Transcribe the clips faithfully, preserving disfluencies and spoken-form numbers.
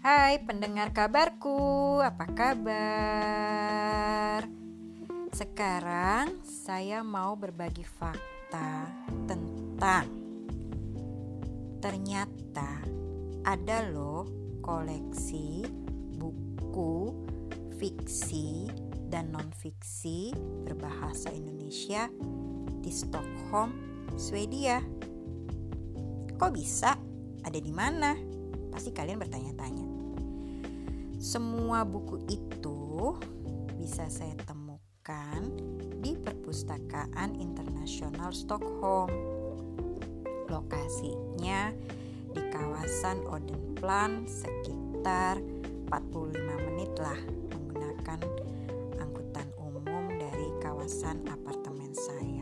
Hai pendengar kabarku, apa kabar? Sekarang saya mau berbagi fakta tentang ternyata ada loh koleksi buku fiksi dan non-fiksi berbahasa Indonesia di Stockholm, Swedia. Kok bisa? Ada di mana? Pasti kalian bertanya-tanya. Semua buku itu bisa saya temukan di Perpustakaan Internasional Stockholm. Lokasinya di kawasan Odenplan, sekitar empat puluh lima menit lah menggunakan angkutan umum dari kawasan apartemen saya.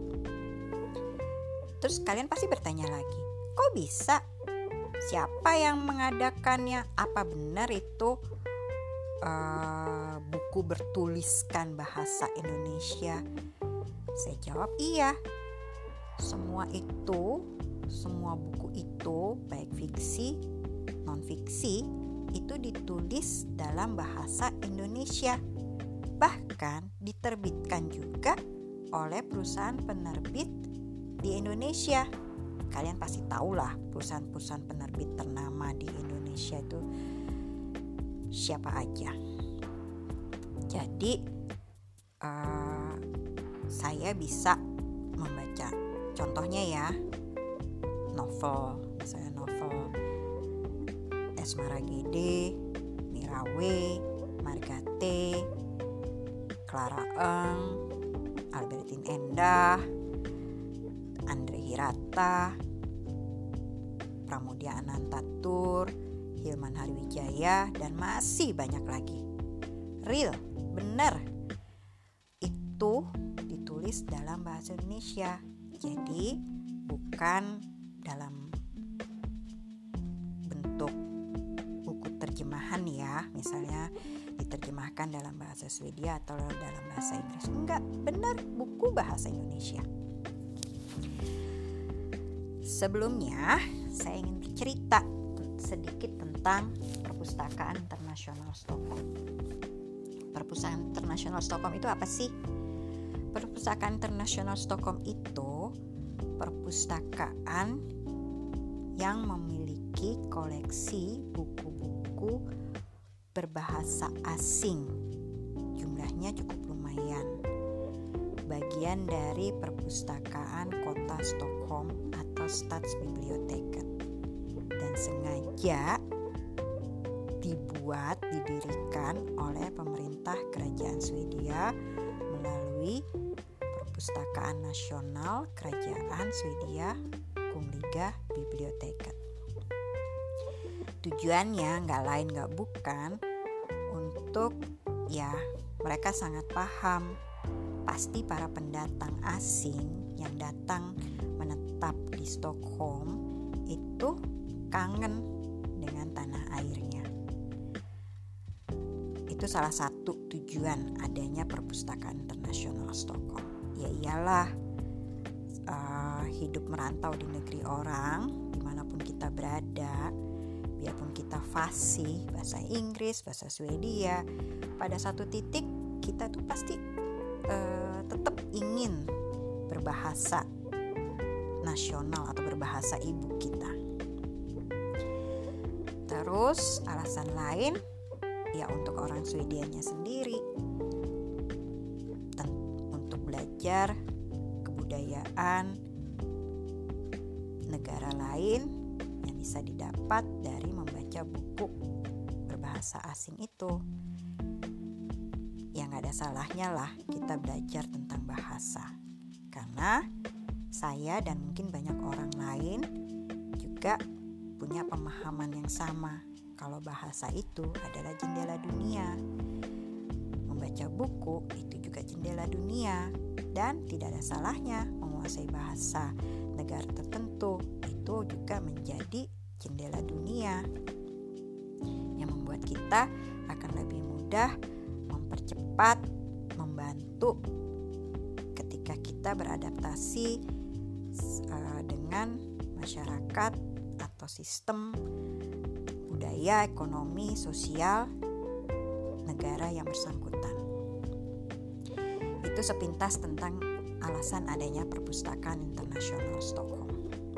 Terus kalian pasti bertanya lagi, kok bisa? Siapa yang mengadakannya? Apa benar itu uh, buku bertuliskan bahasa Indonesia? Saya jawab iya. Semua itu, semua buku itu, baik fiksi, non-fiksi, itu ditulis dalam bahasa Indonesia. Bahkan diterbitkan juga oleh perusahaan penerbit di Indonesia. Kalian pasti tahulah perusahaan-perusahaan penerbit ternama di Indonesia itu siapa aja. Jadi uh, saya bisa membaca, contohnya ya, novel, misalnya novel Esmara Gede, Mirawe, Margate, Clara Eng, Albertine Endah, Andre Hirata, Pramudia Anantatur, Hilman Hariwijaya, dan masih banyak lagi. Real, benar. Itu ditulis dalam bahasa Indonesia. Jadi bukan dalam bentuk buku terjemahan ya, misalnya diterjemahkan dalam bahasa Swedia atau dalam bahasa Inggris. Enggak, benar buku bahasa Indonesia. Sebelumnya, saya ingin bercerita sedikit tentang Perpustakaan Internasional Stockholm. Perpustakaan Internasional Stockholm itu apa sih? Perpustakaan Internasional Stockholm itu perpustakaan yang memiliki koleksi buku-buku berbahasa asing. Jumlahnya cukup lumayan. Bagian dari perpustakaan kota Stockholm atau Stadsbiblioteket, dan sengaja dibuat, didirikan oleh pemerintah kerajaan Swedia melalui Perpustakaan Nasional Kerajaan Swedia Kungliga Biblioteket. Tujuannya nggak lain nggak bukan untuk, ya mereka sangat paham, pasti para pendatang asing yang datang menetap di Stockholm itu kangen dengan tanah airnya. Itu salah satu tujuan adanya Perpustakaan Internasional Stockholm. Ya iyalah, uh, hidup merantau di negeri orang, dimanapun kita berada, biarpun kita fasih bahasa Inggris, bahasa Swedia, pada satu titik kita tuh pasti uh, tetap ingin berbahasa nasional atau berbahasa ibu kita. Terus alasan lain ya untuk orang Swedianya sendiri, untuk belajar kebudayaan negara lain yang bisa didapat dari membaca buku berbahasa asing itu. Ya gak ada salahnya lah kita belajar tentang bahasa, karena saya dan mungkin banyak orang lain juga punya pemahaman yang sama kalau bahasa itu adalah jendela dunia. Membaca buku itu juga jendela dunia, dan tidak ada salahnya menguasai bahasa negara tertentu, itu juga menjadi jendela dunia yang membuat kita akan lebih mudah mempercepat, membantu ketika kita beradaptasi uh, dengan masyarakat atau sistem budaya budaya, ekonomi, sosial negara yang bersangkutan. Itu sepintas tentang alasan adanya Perpustakaan Internasional Stockholm.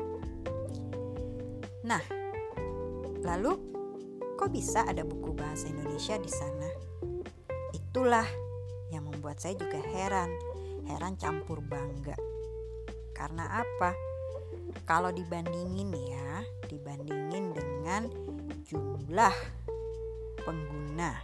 Nah, lalu kok bisa ada buku bahasa Indonesia di sana? Itulah yang membuat saya juga heran, heran campur bangga. Karena apa? Kalau dibandingin ya, dibandingin dengan jumlah pengguna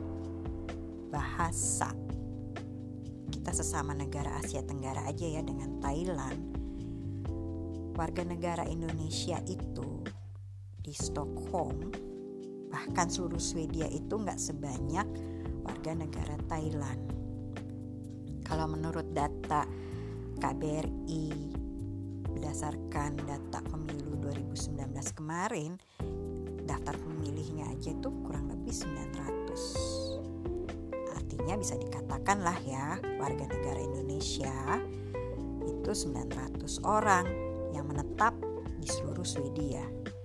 bahasa kita sesama negara Asia Tenggara aja ya, dengan Thailand, warga negara Indonesia itu di Stockholm, bahkan seluruh Swedia itu gak sebanyak warga negara Thailand. Kalau menurut data K B R I berdasarkan data pemilu dua ribu sembilan belas kemarin, daftar pemilihnya aja itu kurang lebih sembilan ratus. Artinya bisa dikatakan lah ya, warga negara Indonesia itu sembilan ratus orang yang menetap di seluruh Swedia.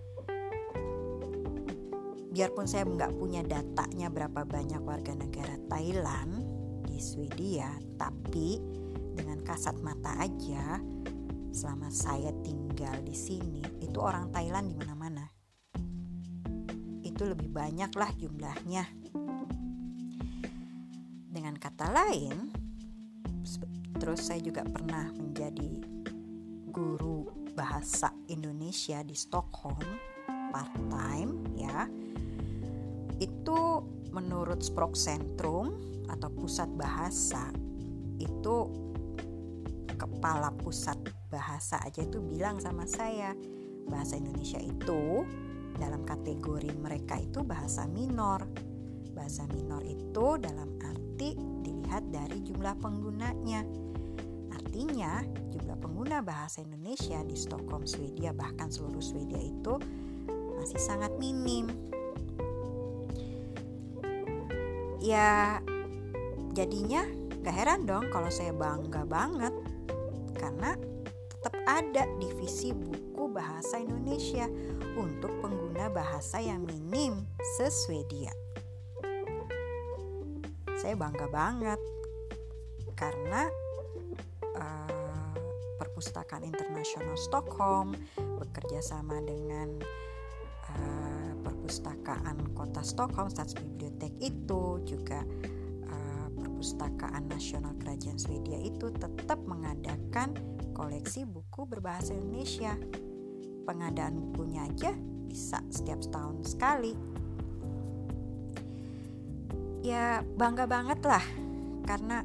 Biarpun saya nggak punya datanya berapa banyak warga negara Thailand di Swedia, tapi dengan kasat mata aja, selama saya tinggal di sini, itu orang Thailand di mana-mana. Itu lebih banyak lah jumlahnya. Dengan kata lain, terus saya juga pernah menjadi guru bahasa Indonesia di Stockholm part time ya. Itu menurut Språkcentrum atau pusat bahasa, itu kepala pusat bahasa aja itu bilang sama saya, bahasa Indonesia itu dalam kategori mereka itu bahasa minor. Bahasa minor itu dalam arti dilihat dari jumlah penggunanya. Artinya jumlah pengguna bahasa Indonesia di Stockholm, Swedia, bahkan seluruh Swedia itu masih sangat minim. Ya jadinya gak heran dong kalau saya bangga banget, karena tetap ada divisi buku bahasa Indonesia untuk pengguna bahasa yang minim se-Swedia. Saya bangga banget karena uh, Perpustakaan Internasional Stockholm bekerja sama dengan uh, Perpustakaan Kota Stockholm, Stadsbibliotek itu juga uh, Perpustakaan Nasional Kerajaan Swedia itu tetap mengadakan koleksi buku berbahasa Indonesia. Pengadaan bukunya aja bisa setiap setahun sekali. Ya bangga banget lah, karena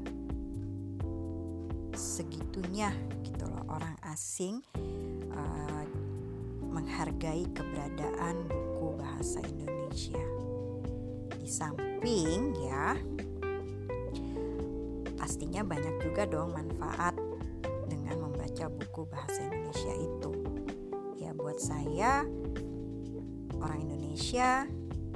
segitunya gitu loh orang asing uh, menghargai keberadaan buku bahasa Indonesia. Di samping ya, pastinya banyak juga dong manfaat dengan membaca buku bahasa Indonesia itu. Ya buat saya, orang Indonesia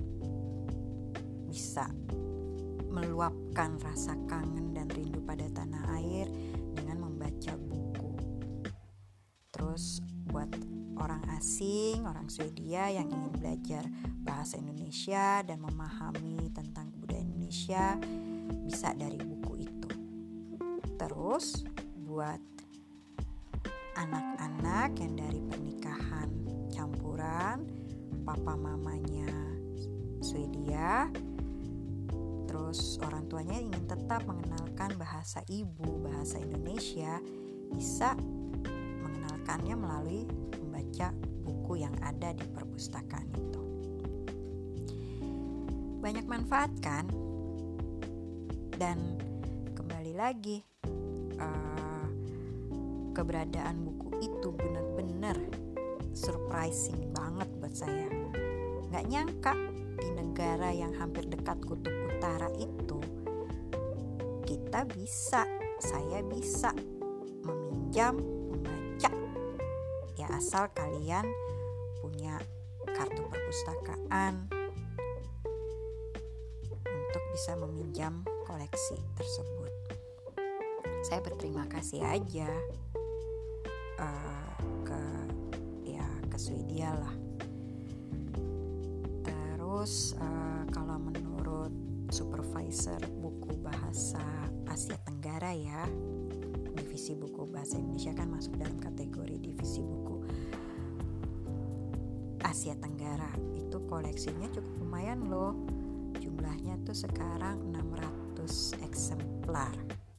bisa meluapkan rasa kangen dan rindu pada tanah air dengan membaca buku. Terus buat orang asing, orang Swedia yang ingin belajar bahasa Indonesia dan memahami tentang budaya Indonesia, bisa dari buku itu. Terus buat anak-anak yang dari pernikahan campuran, papa mamanya Swedia, terus orang tuanya ingin tetap mengenalkan bahasa ibu, bahasa Indonesia, bisa mengenalkannya melalui membaca buku yang ada di perpustakaan itu. Banyak manfaat kan? Dan kembali lagi, uh, keberadaan buku itu benar-benar surprising banget buat saya. Gak nyangka di negara yang hampir dekat kutub utara itu kita bisa, saya bisa meminjam, membaca. Ya asal kalian punya kartu perpustakaan untuk bisa meminjam koleksi tersebut. Saya berterima kasih aja uh, ke ya ke Swedia lah. Terus uh, kalau menurut supervisor buku bahasa Asia Tenggara ya, divisi buku bahasa Indonesia kan masuk dalam kategori divisi buku Asia Tenggara, itu koleksinya cukup lumayan loh. Jumlahnya tuh sekarang enam ratus eksemplar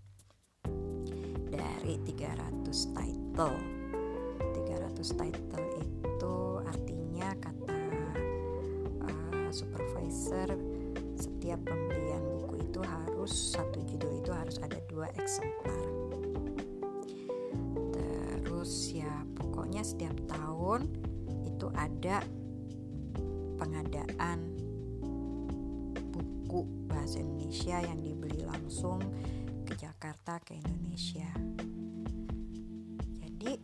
dari tiga ratus title. tiga ratus title itu artinya kata uh, supervisor, setiap pembelian buku itu harus, satu judul itu harus ada dua eksemplar. Terus ya pokoknya setiap tahun itu ada pengadaan buku bahasa Indonesia yang dibeli langsung ke Jakarta, ke Indonesia. Jadi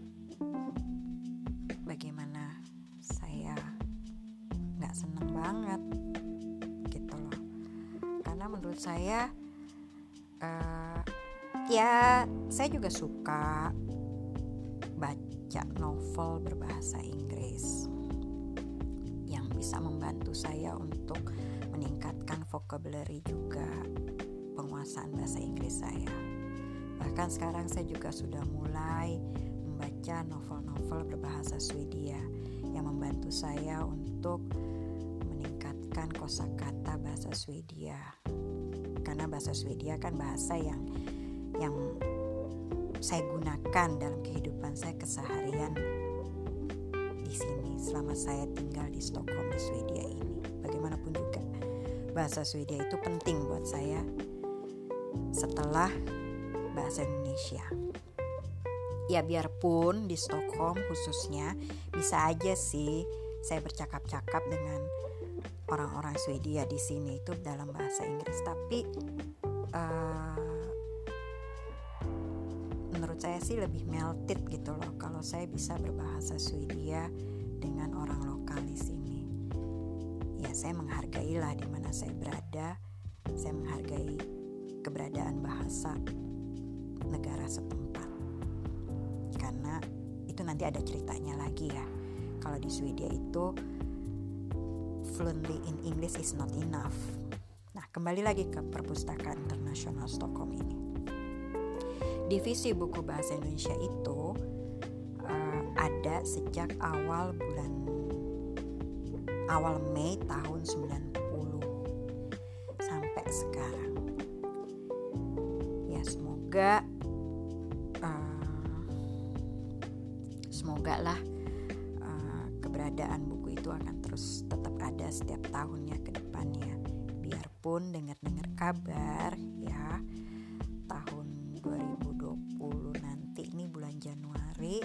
bagaimana saya gak seneng banget gitu loh, karena menurut saya uh, ya saya juga suka baca novel berbahasa Inggris yang bisa membantu saya untuk meningkatkan vocabulary juga, penguasaan bahasa Inggris saya. Bahkan sekarang saya juga sudah mulai membaca novel-novel berbahasa Swedia yang membantu saya untuk meningkatkan kosakata bahasa Swedia. Karena bahasa Swedia kan bahasa yang yang saya gunakan dalam kehidupan saya keseharian di sini selama saya tinggal di Stockholm, di Swedia ini. Bagaimanapun juga bahasa Swedia itu penting buat saya setelah bahasa Indonesia. Ya biarpun di Stockholm khususnya bisa aja sih saya bercakap-cakap dengan orang-orang Swedia di sini itu dalam bahasa Inggris, tapi uh, menurut saya sih lebih melted gitu loh kalau saya bisa berbahasa Swedia dengan orang lokal di sini. Ya saya menghargai lah di mana saya berada, saya menghargai keberadaan bahasa negara setempat. Karena itu nanti ada ceritanya lagi ya. Kalau di Swedia itu fluently in English is not enough. Nah, kembali lagi ke Perpustakaan Internasional Stockholm ini. Divisi buku bahasa Indonesia itu uh, ada sejak awal bulan awal Mei tahun sembilan puluh sampai sekarang. Ya semoga uh, semoga lah uh, keberadaan buku itu akan terus tetap ada setiap tahunnya ke depannya. Biarpun dengar-dengar kabar ya tahun dua ribu dua puluh nanti ini bulan Januari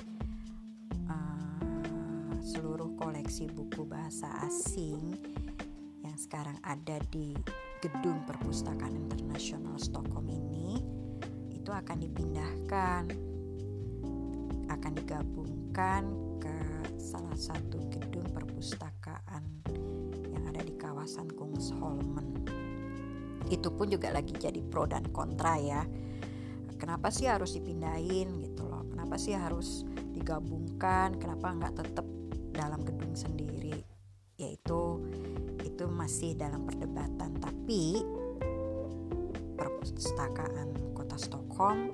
uh, seluruh koleksi buku bahasa asing yang sekarang ada di gedung Perpustakaan Internasional Stockholm ini itu akan dipindahkan, akan digabungkan ke salah satu gedung perpustakaan yang ada di kawasan Kungsholmen. Itu pun juga lagi jadi pro dan kontra ya. Kenapa sih harus dipindahin gitu loh? Kenapa sih harus digabungkan? Kenapa nggak tetap dalam gedung sendiri? Yaitu itu masih dalam perdebatan. Tapi Perpustakaan Kota Stockholm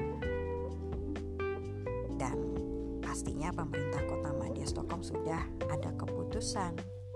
dan pastinya pemerintah Kota Madya Stockholm sudah ada keputusan.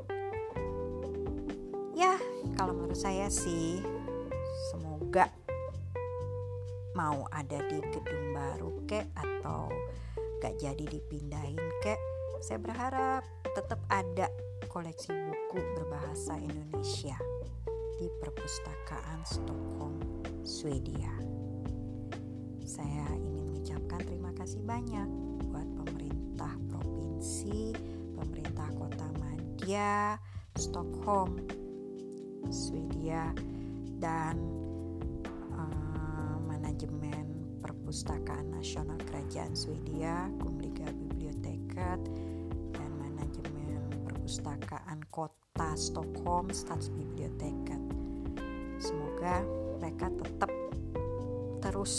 Ya, kalau menurut saya sih semoga mau ada di gedung baru kek atau gak jadi dipindahin kek, saya berharap tetap ada koleksi buku berbahasa Indonesia di Perpustakaan Stockholm, Swedia. Saya ingin mengucapkan terima kasih banyak buat pemerintah provinsi, pemerintah Kota Madya Stockholm, Swedia, dan uh, manajemen Perpustakaan Nasional Kerajaan Swedia, Kungliga Biblioteket, dan manajemen Perpustakaan Kota Stockholm, Stadsbiblioteket. Semoga mereka tetap terus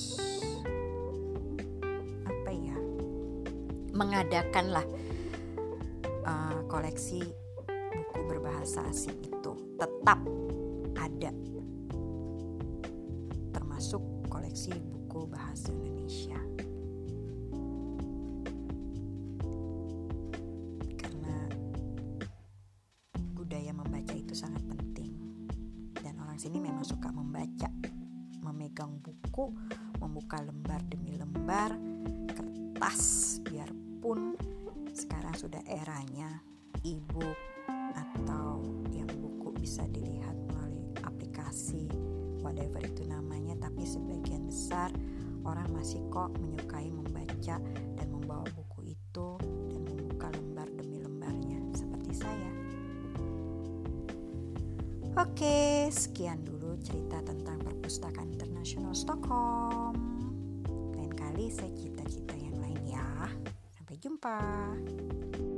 apa ya mengadakanlah uh, koleksi buku berbahasa asing itu tetap ada, termasuk koleksi buku bahasa Indonesia. Karena budaya membaca itu sangat penting, dan orang sini memang suka membaca, memegang buku, membuka lembar demi lembar kertas, biarpun sekarang sudah eranya e-book atau yang buku bisa dilihat melalui aplikasi whatever itu namanya, tapi sebagian besar orang masih kok menyukai membaca dan membawa buku itu dan membuka lembar demi lembarnya seperti saya. Oke, sekian dulu cerita tentang Perpustakaan Internasional Stockholm. Lain kali saya cita-cita yang lain ya. Sampai jumpa.